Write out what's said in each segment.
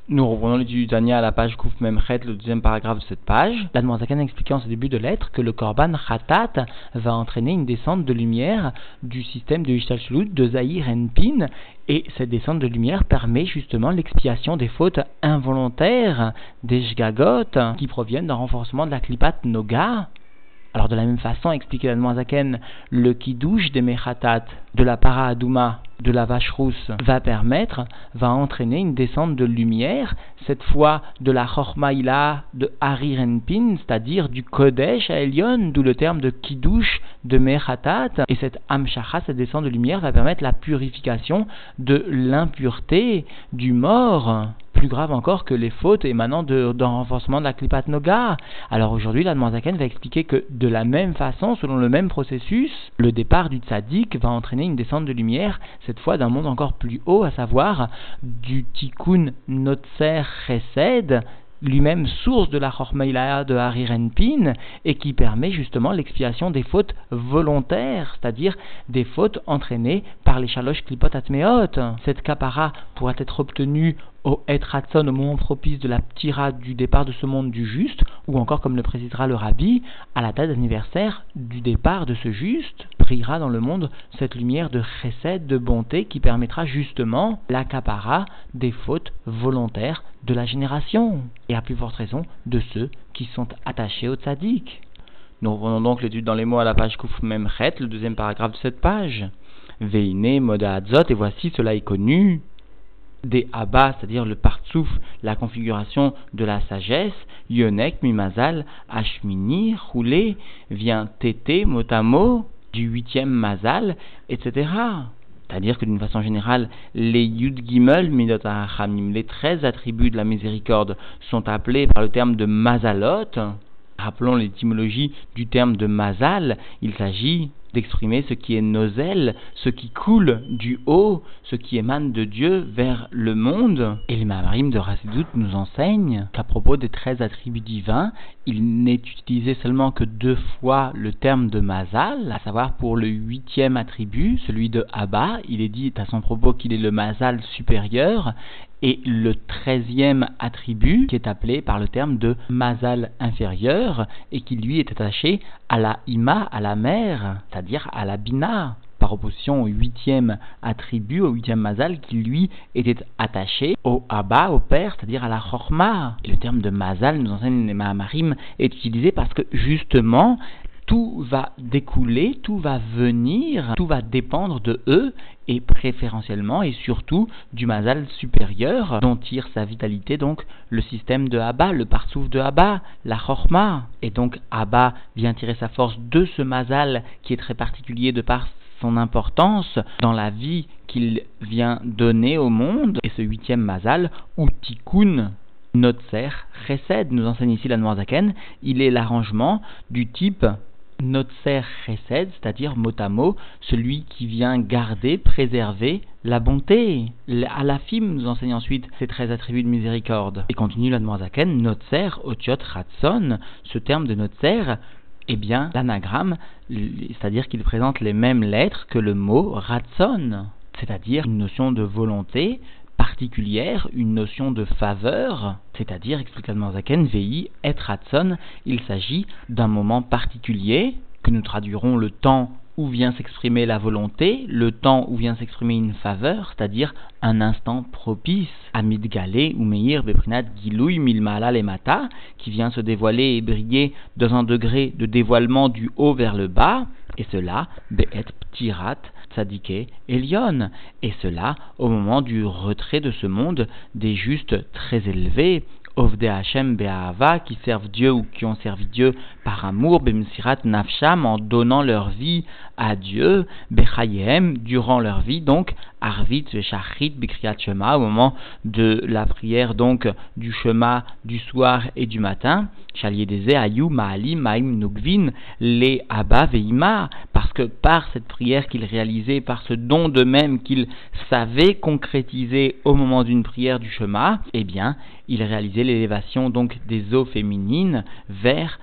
Nous reprenons l'étude du Tanya à la page Kouf Memchet, le deuxième paragraphe de cette page. L'Admor Zaken a expliqué en ce début de lettre que le Korban Khatat va entraîner une descente de lumière du système de Ishtalshelut de Zahir Enpin, et cette descente de lumière permet justement l'expiation des fautes involontaires des Shgagot qui proviennent d'un renforcement de la Klipat Noga. Alors de la même façon, expliqué l'Admor Zaken, le Kiddush des Mechatat, de la Para Adouma, de la vache rousse, va entraîner une descente de lumière, cette fois de la Chormaïla de Harir Enpin, c'est-à-dire du Kodesh à Elyon, d'où le terme de Kiddush de Mechatat. Et cette Amshacha, cette descente de lumière, va permettre la purification de l'impureté du mort. Plus grave encore que les fautes émanant d'un renforcement de la Klipat Noga. Alors aujourd'hui, l'Admor Zaken va expliquer que de la même façon, selon le même processus, le départ du tzaddik va entraîner une descente de lumière, cette fois d'un monde encore plus haut, à savoir du Tikkun Notzer Chesed, lui-même source de la Chormaïla de Harir Enpin, et qui permet justement l'expiation des fautes volontaires, c'est-à-dire des fautes entraînées par les Shalosh Klipot Atmeot. Cette kapara pourra être obtenue au Et Ratson, au moment propice de la ptira du départ de ce monde du juste, ou encore, comme le précisera le Rabbi, à la date d'anniversaire du départ de ce juste, brillera dans le monde cette lumière de chesed, de bonté, qui permettra justement l'accapara des fautes volontaires de la génération, et à plus forte raison de ceux qui sont attachés au tzaddik. Nous revenons donc l'étude dans les mots à la page Kouf Memchet, le deuxième paragraphe de cette page. Veine Moda Hadzot, et voici cela est connu. Des Abba, c'est-à-dire le partsouf, la configuration de la sagesse, Yonek, Mimazal, Ashmini, Roulé, vient Tété, Motamo, du huitième Mazal, etc. C'est-à-dire que d'une façon générale, les Yud Gimel, Midot HaRachamim, les 13 attributs de la miséricorde, sont appelés par le terme de Mazalot. Rappelons l'étymologie du terme de Mazal, il s'agit d'exprimer ce qui est nozel, ce qui coule du haut, ce qui émane de Dieu vers le monde. Et les Maharim de Rasidut nous enseignent qu'à propos des 13 attributs divins, il n'est utilisé seulement que 2 fois le terme de Mazal, à savoir pour le 8e attribut, celui de Abba, il est dit à son propos qu'il est le Mazal supérieur, et le 13e attribut qui est appelé par le terme de Mazal inférieur et qui lui est attaché à la Ima, à la mère, c'est-à-dire à la Bina, par opposition au 8e attribut, au 8e Mazal qui lui était attaché au Abba, au père, c'est-à-dire à la Chorma. Et le terme de Mazal, nous enseignent les Mahamarim, est utilisé parce que justement tout va découler, tout va venir, tout va dépendre de eux, et préférentiellement et surtout du Mazal supérieur, dont tire sa vitalité donc le système de Abba, le partsouf de Abba, la Chorma. Et donc Abba vient tirer sa force de ce Mazal qui est très particulier de par son importance dans la vie qu'il vient donner au monde. Et ce 8e Mazal, ou Tikkun Notzer Chesed, nous enseigne ici l'Admor Zaken, il est l'arrangement du type Notzer Chesed, c'est-à-dire mot à mot, celui qui vient garder, préserver la bonté. Alafim nous enseigne ensuite ces 13 attributs de miséricorde. Et continue l'Admor Zaken, Notzer Otiot Ratson, ce terme de Notzer, eh bien, l'anagramme, c'est-à-dire qu'il présente les mêmes lettres que le mot Ratson, c'est-à-dire une notion de volonté particulière, une notion de faveur, c'est-à-dire, explique l'Admor Zaken, Vei et Ratson, il s'agit d'un moment particulier, que nous traduirons le temps où vient s'exprimer la volonté, le temps où vient s'exprimer une faveur, c'est-à-dire un instant propice, Amid Galé ou Meir Beprinat Gilouy Milmala Lemata, qui vient se dévoiler et briller dans un degré de dévoilement du haut vers le bas, et cela, Be'et Ptirat Tzadike Elion, et cela au moment du retrait de ce monde des justes très élevés, Ovde Hashem Be'ahava, qui servent Dieu ou qui ont servi Dieu par amour, Bemsirat Nafsham, en donnant leur vie à Dieu, Bechayem, durant leur vie, donc, Arvit Veshachrit Bikriat Shema, au moment de la prière, donc, du Shema, du soir et du matin, Shaliedeze Ayu Maalim Maim Nugvin, les Abba Veima, parce que par cette prière qu'ils réalisaient, par ce don d'eux-mêmes qu'ils savaient concrétiser au moment d'une prière du Shema, eh bien, ils réalisaient l'élévation donc des eaux féminines vers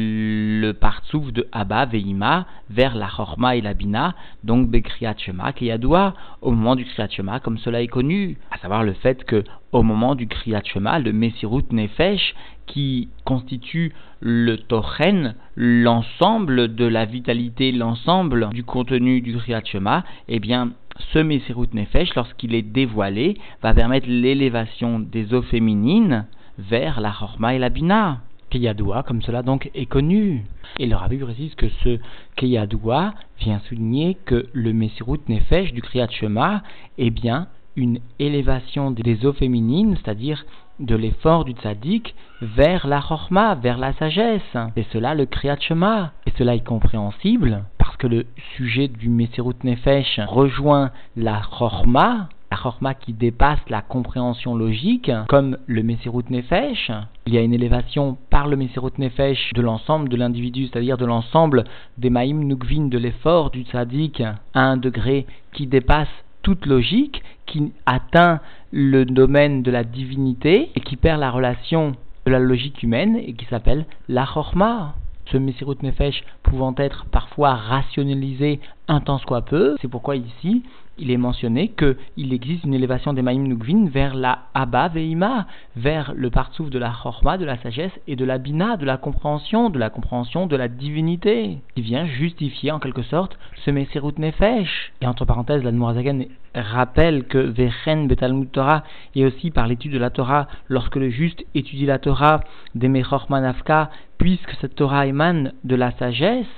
le partsouf de Abba Veima, vers la Chorma et la Bina, donc Bekriyat Shema, Keyadoua, au moment du Kriyat Shema, comme cela est connu, à savoir le fait que au moment du Kriyat Shema, le Messirut Nefesh, qui constitue le Tochen, l'ensemble de la vitalité, l'ensemble du contenu du Kriyat Shema, eh bien, ce Messirut Nefesh, lorsqu'il est dévoilé, va permettre l'élévation des eaux féminines vers la Chorma et la Bina. Keyadoua, comme cela donc est connu. Et le Rabbi précise que ce Keyadoua vient souligner que le Messirut Nefesh du Kriyat Shema est bien une élévation des eaux féminines, c'est-à-dire de l'effort du tzaddik vers la chorma, vers la sagesse. C'est cela le Kriyat Shema. Et cela est compréhensible parce que le sujet du Messirut Nefesh rejoint la chorma qui dépasse la compréhension logique, comme le Messirut Nefesh. Il y a une élévation par le Messirut Nefesh de l'ensemble de l'individu, c'est-à-dire de l'ensemble des Maïm Nukvin, de l'effort du tzaddik, à un degré qui dépasse toute logique, qui atteint le domaine de la divinité et qui perd la relation de la logique humaine et qui s'appelle la chorma. Ce Messirut Nefesh pouvant être parfois rationalisé un tant soit peu, c'est pourquoi ici il est mentionné qu'il existe une élévation des Maïm Nukvin vers la Abba Veima, vers le partsouf de la Chorma, de la sagesse et de la Bina, de la compréhension de la divinité, qui vient justifier en quelque sorte ce Messirut Nefesh. Et entre parenthèses, l'Admor Zaken rappelle que Vechen Betalmud Torah et aussi par l'étude de la Torah, lorsque le juste étudie la Torah des Mechor Manafka, puisque cette Torah émane de la sagesse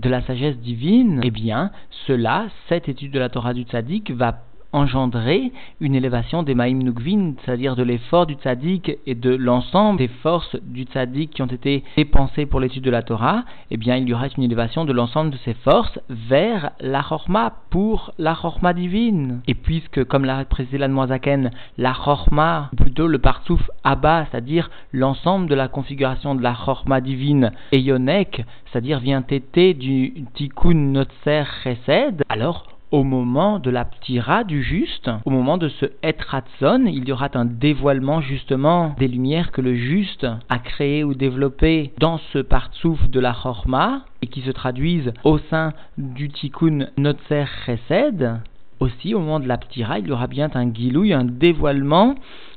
divine, eh bien, cette étude de la Torah du tzaddik va engendrer une élévation des Maïm Nukvin, c'est-à-dire de l'effort du tzaddik et de l'ensemble des forces du tzaddik qui ont été dépensées pour l'étude de la Torah. Eh bien, il y aura une élévation de l'ensemble de ces forces vers la chorma, pour la chorma divine. Et puisque, comme l'a précisé l'Admor Zaken, la chorma, plutôt le partsouf Abba, c'est-à-dire l'ensemble de la configuration de la chorma divine, et Yonek, c'est-à-dire vient tété du Tikkun Notzer Chesed, alors au moment de la ptira du juste, au moment de ce etratzon, il y aura un dévoilement justement des lumières que le juste a créées ou développées dans ce partsouf de la chorma et qui se traduisent au sein du tikkun notzer chesed. Aussi, au moment de la ptira, il y aura bien un gilouï, un dévoilement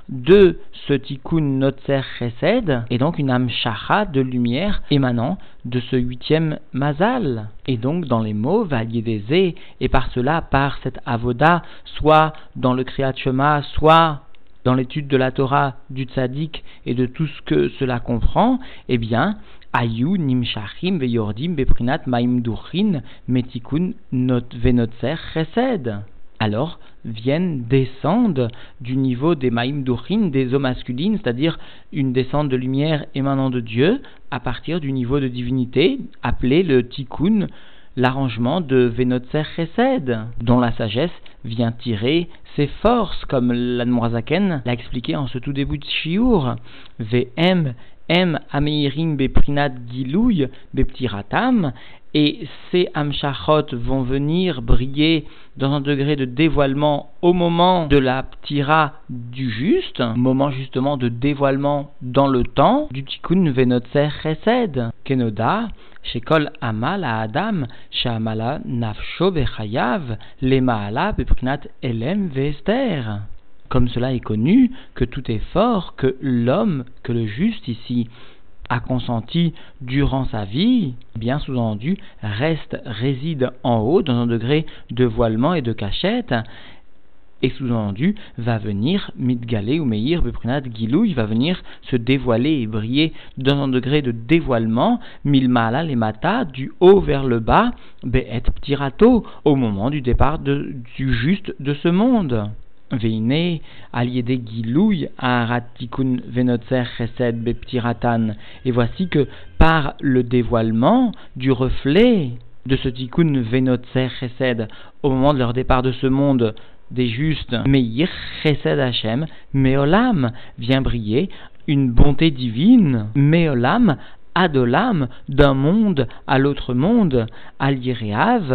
de ce tikkun notzer chesed, et donc une amshacha de lumière émanant de ce 8e mazal. Et donc dans les mots validés, et par cela, par cette avoda, soit dans le Kriyat Shema, soit dans l'étude de la Torah du tzaddik et de tout ce que cela comprend, eh bien, Ayu nimshachim veyordim beprinat maim duchin metikun not venotzer chesed. Alors viennent descendre du niveau des Maïm Duchin, des eaux masculines, c'est-à-dire une descente de lumière émanant de Dieu, à partir du niveau de divinité, appelé le Tikkun, l'arrangement de Venotzer Chesed, dont la sagesse vient tirer ses forces, comme l'Admor Zaken l'a expliqué en ce tout début de Shiur. V'em ameirim beprinat gilouy beptiratam, et ces amshachot vont venir briller dans un degré de dévoilement au moment de la ptira du juste, moment justement de dévoilement dans le temps du tikkun venotzer chesed, kenoda, shekol amal à Adam, she'amala nafsho bechayav, lemaala beprinat elem veester. Comme cela est connu, que tout effort que l'homme, que le juste ici, a consenti durant sa vie, bien sous-entendu, réside en haut dans un degré de voilement et de cachette, et sous-entendu, va venir mitgalé ou meir beprinat gilou, il va venir se dévoiler et briller dans un degré de dévoilement, milmala lemata, du haut vers le bas, be'et ptirato, au moment du départ du juste de ce monde. Veine aliédé gilouy aharat tikkun venotzer chesed beptiratan. Et voici que par le dévoilement du reflet de ce tikkun venotzer chesed au moment de leur départ de ce monde des justes, meir chesed Hashem meolam, vient briller une bonté divine, meolam adolam, d'un monde à l'autre monde, al yireav,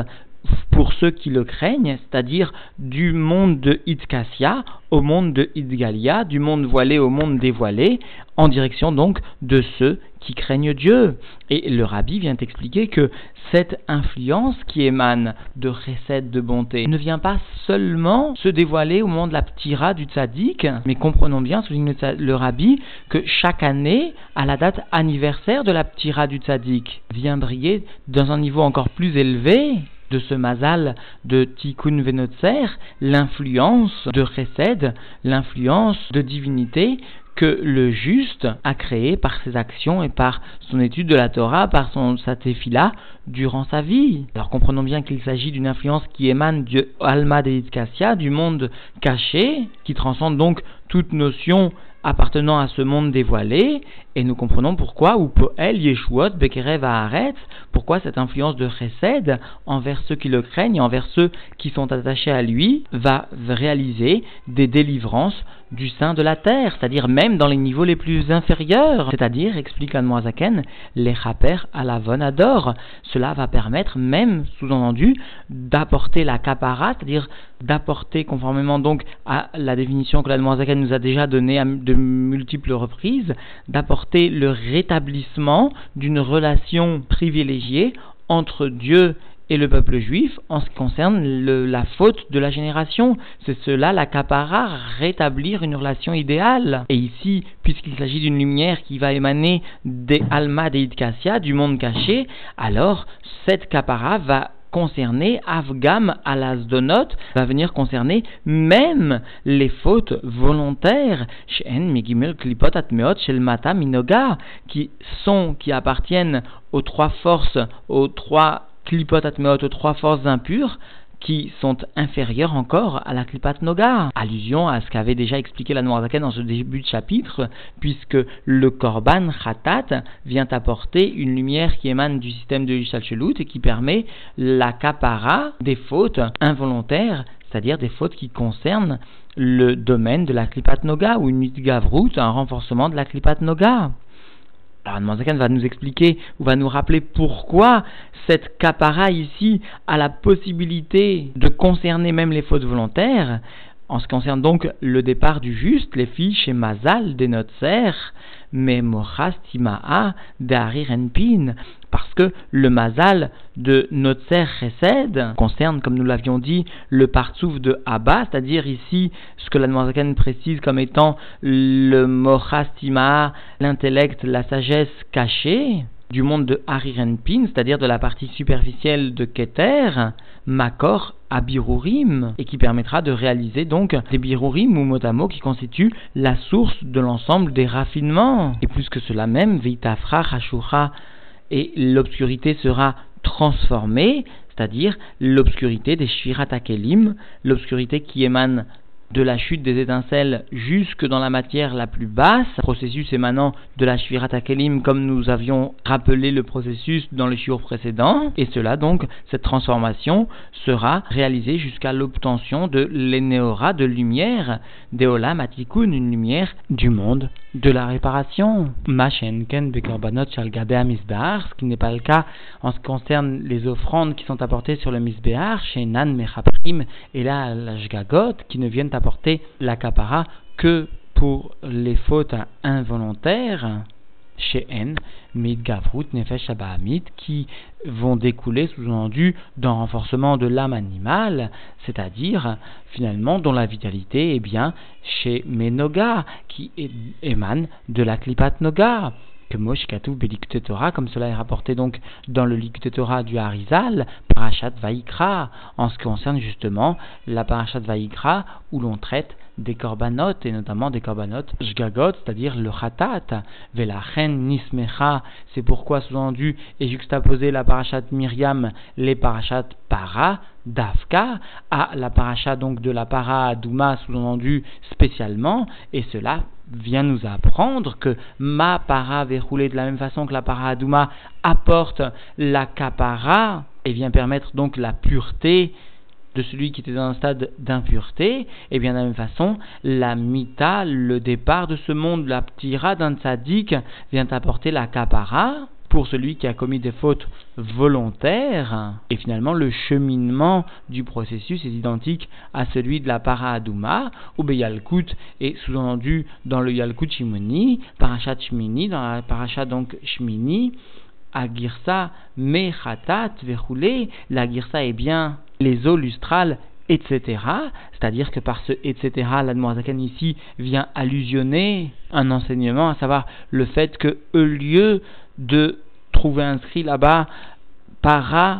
pour ceux qui le craignent, c'est-à-dire du monde de Hitkassia au monde de Hitgalia, du monde voilé au monde dévoilé, en direction donc de ceux qui craignent Dieu. Et le Rabbi vient expliquer que cette influence qui émane de Chesed, de bonté, ne vient pas seulement se dévoiler au moment de la ptira du tzaddik, mais comprenons bien, souligne le Rabbi, que chaque année, à la date anniversaire de la ptira du tzaddik, vient briller dans un niveau encore plus élevé de ce mazal de Tikkun Venotzer, l'influence de Chesed, l'influence de divinité que le juste a créé par ses actions et par son étude de la Torah, par sa tefila durant sa vie. Alors comprenons bien qu'il s'agit d'une influence qui émane du Alma de Hitkassia, du monde caché, qui transcende donc toute notion appartenant à ce monde dévoilé, et nous comprenons pourquoi, ou Poel Yeshuot Bekerev Haaretz, pourquoi cette influence de Chesed envers ceux qui le craignent, envers ceux qui sont attachés à lui, va réaliser des délivrances du sein de la terre, c'est-à-dire même dans les niveaux les plus inférieurs, c'est-à-dire, explique Admoazaken, les chaper à la vonador. Cela va permettre même, sous-entendu, d'apporter la kapara, c'est-à-dire d'apporter, conformément donc à la définition que l'Admoazaken nous a déjà donnée à de multiples reprises, d'apporter le rétablissement d'une relation privilégiée entre Dieu et le peuple juif en ce qui concerne la faute de la génération. C'est cela la kapara, rétablir une relation idéale. Et ici, puisqu'il s'agit d'une lumière qui va émaner des Alma de Hitkassia, du monde caché, alors cette kapara va concerner Avgam Alasdonot, va venir concerner même les fautes volontaires She'en Megimel Klipot Atmeot Shel Mata Minoga, qui appartiennent aux trois forces, aux trois Klipot Atmeot, aux trois forces impures, qui sont inférieures encore à la Klipat Noga. Allusion à ce qu'avait déjà expliqué la Noirzaken dans ce début de chapitre, puisque le Korban Khatat vient apporter une lumière qui émane du système de Yishalchelut et qui permet la kapara des fautes involontaires, c'est-à-dire des fautes qui concernent le domaine de la Klipat Noga, ou une mitgavrut, un renforcement de la Klipat Noga. Alors, Admoazaken va nous expliquer, ou va nous rappeler pourquoi cette kapara ici a la possibilité de concerner même les fautes volontaires, en ce qui concerne donc le départ du juste, les filles chez Mazal de Notzer, mais Mochas Timaa d'Arir Enpin, parce que le Mazal de Notzer Chesed concerne, comme nous l'avions dit, le partsouf de Abba, c'est-à-dire ici ce que la Noirzaken précise comme étant le Mochas Timaa, l'intellect, la sagesse cachée du monde de Harirenpin, c'est-à-dire de la partie superficielle de Keter, Makor à Birurim, et qui permettra de réaliser donc des Birurim ou motamo qui constituent la source de l'ensemble des raffinements. Et plus que cela même, Veitafra Hashura, et l'obscurité sera transformée, c'est-à-dire l'obscurité des Shvirat Hakelim, l'obscurité qui émane de la chute des étincelles jusque dans la matière la plus basse, processus émanant de la Shvirat Hakelim, comme nous avions rappelé le processus dans les shiur précédents, et cela donc, cette transformation sera réalisée jusqu'à l'obtention de l'Eneora, de lumière, d'Eolam Atikun, une lumière du monde de la réparation. Machenken bekorbanot shal gabei hamizbeach, ce qui n'est pas le cas en ce qui concerne les offrandes qui sont apportées sur le misbeach, chez Nan mechaprim et là la shgagot, qui ne viennent apporter la kapara que pour les fautes involontaires, chez N, Midgavrut, Nefesh Abahamit, qui vont découler, sous-entendu, d'un renforcement de l'âme animale, c'est-à-dire, finalement, dont la vitalité est bien chez Menoga, qui émane de la Klipat Noga, que Mosh Katouf Belikute Torah, comme cela est rapporté donc dans le Likute Torah du Harizal, Parashat Vaikra, en ce qui concerne justement la Parashat Vaikra, où l'on traite des korbanot, et notamment des korbanot shgagot, c'est-à-dire le khatat, velachen nismecha, c'est pourquoi sous-entendu est juxtaposé la parashat Myriam, les parashat para, dafka, à la parashat donc de la para Adouma, sous-entendu spécialement, et cela vient nous apprendre que ma para verroulée de la même façon que la para Adouma apporte la kapara, et vient permettre donc la pureté de celui qui était dans un stade d'impureté, et bien de la même façon, la mita, le départ de ce monde, la ptira d'un tzaddik, vient apporter la kapara pour celui qui a commis des fautes volontaires. Et finalement, le cheminement du processus est identique à celui de la para adouma, ou Yalkut est sous-entendu dans le Yalkut Shimoni, parachat Shmini, dans la paracha donc Shmini, à Girsa Mechatat Vechoulé, la Girsa est bien les eaux lustrales, etc. C'est-à-dire que par ce etc., l'Admorazaken ici vient allusionner un enseignement, à savoir le fait que au lieu de trouver inscrit là-bas para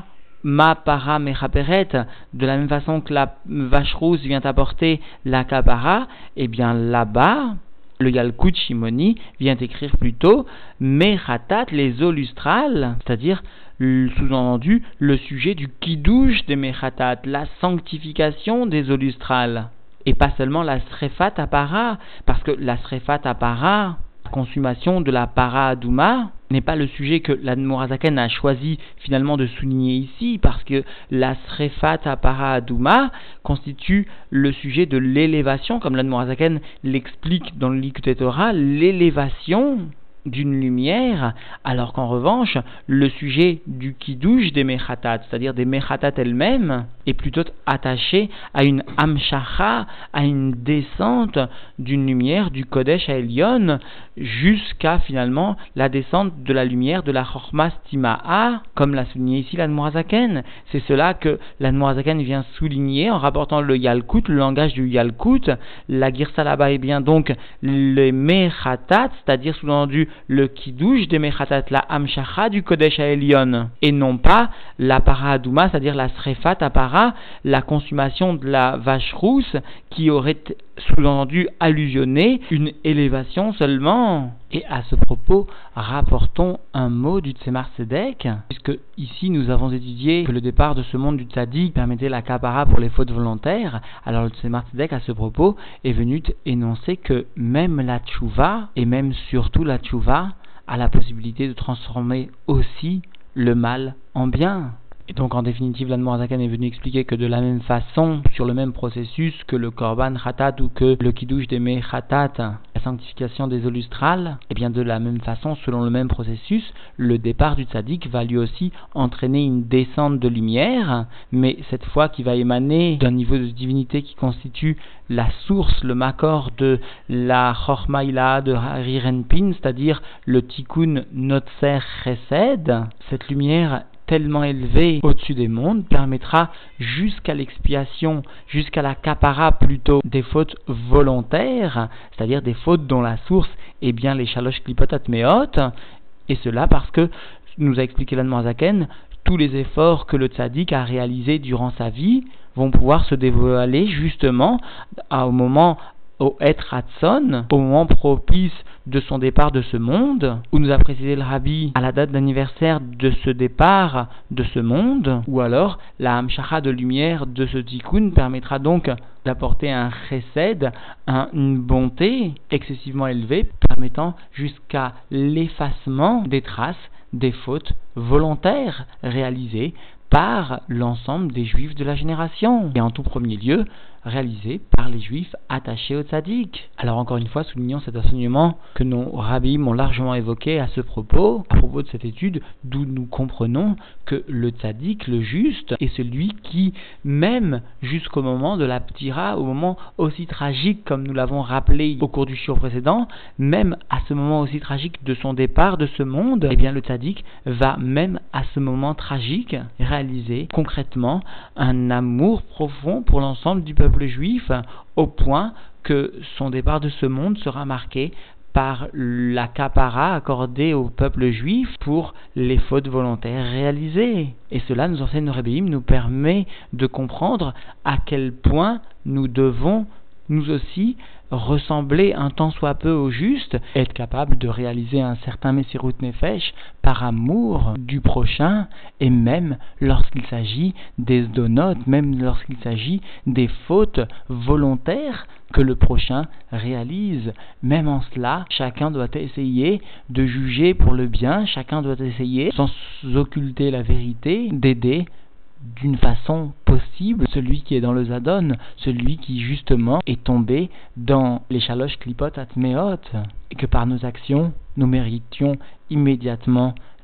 mechaperet, de la même façon que la vache rousse vient apporter la kapara, et bien là-bas, le Yalkut Shimoni vient écrire plutôt mechatat, les eaux lustrales, c'est-à-dire sous-entendu le sujet du kiddush des mechatat, la sanctification des eaux lustrales, et pas seulement la srefat apara, parce que la srefat apara, la consommation de la para adouma, n'est pas le sujet que l'Admorazaken a choisi finalement de souligner ici, parce que la srefat apara adouma constitue le sujet de l'élévation, comme l'Admorazaken l'explique dans le Likutei Torah, l'élévation d'une lumière, alors qu'en revanche, le sujet du kiddush des mechatat, c'est-à-dire des mechatat elles-mêmes, est plutôt attaché à une hamshacha, à une descente d'une lumière du Kodesh à Elyon, jusqu'à finalement la descente de la lumière de la Chochma Stima'a, comme l'a souligné ici l'Admorazaken. C'est cela que l'Admorazaken vient souligner en rapportant le Yalkut, le langage du Yalkut. La Girsa là-bas est bien donc les mechatat, c'est-à-dire sous-entendu le kiddush des mechatat, la hamshacha du Kodesh à Elyon, et non pas la para adouma, c'est-à-dire la srefat apara, la consommation de la vache rousse, qui aurait sous-entendu allusionné une élévation seulement. Et à ce propos, rapportons un mot du Tzemar Tzedek, puisque ici nous avons étudié que le départ de ce monde du tzaddik permettait la kapara pour les fautes volontaires. Alors le Tzemar Tzedek à ce propos est venu énoncer que même la tchouva, et même surtout la tchouva, a la possibilité de transformer aussi le mal en bien. Et donc en définitive, l'Admorazaken est venu expliquer que de la même façon, sur le même processus que le korban khatat ou que le kiddush des mechatat, la sanctification des eaux lustrales, et bien de la même façon, selon le même processus, le départ du tzaddik va lui aussi entraîner une descente de lumière, mais cette fois qui va émaner d'un niveau de divinité qui constitue la source, le makor de la chorma ilaha de Hari Renpin, c'est-à-dire le tikkun notser chesed. Cette lumière tellement élevé au-dessus des mondes permettra jusqu'à l'expiation, jusqu'à la kapara plutôt des fautes volontaires, c'est-à-dire des fautes dont la source est bien les shalosh klipot atmeot, et cela parce que, nous a expliqué l'Admorazaken, tous les efforts que le tzaddik a réalisés durant sa vie vont pouvoir se dévoiler justement au moment au Et Ratzon, au moment propice de son départ de ce monde, où nous a précisé le Rabbi à la date d'anniversaire de ce départ de ce monde, ou alors la Hamshacha de lumière de ce tikkun permettra donc d'apporter un chesed, une bonté excessivement élevée, permettant jusqu'à l'effacement des traces des fautes volontaires réalisées par l'ensemble des juifs de la génération, et en tout premier lieu réalisé par les juifs attachés au tzaddik. Alors encore une fois, soulignons cet enseignement que nos rabbis m'ont largement évoqué à ce propos, à propos de cette étude, d'où nous comprenons que le tzaddik, le juste, est celui qui, même jusqu'au moment de la ptira, au moment aussi tragique comme nous l'avons rappelé au cours du shiur précédent, même à ce moment aussi tragique de son départ de ce monde, eh bien le tzaddik va même à ce moment tragique réaliser concrètement un amour profond pour l'ensemble du peuple juif, au point que son départ de ce monde sera marqué par la kapara accordée au peuple juif pour les fautes volontaires réalisées. Et cela, nous enseigne le Rebbeim, nous permet de comprendre à quel point nous devons nous aussi ressembler un tant soit peu au juste, être capable de réaliser un certain Messirut Nefesh par amour du prochain, et même lorsqu'il s'agit des donotes, même lorsqu'il s'agit des fautes volontaires que le prochain réalise. Même en cela, chacun doit essayer de juger pour le bien, chacun doit essayer, sans occulter la vérité, d'aider d'une façon possible celui qui est dans le Zadon, celui qui justement est tombé dans les shalosh klipot atmeot, et que par nos actions nous méritions immédiatement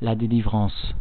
la délivrance.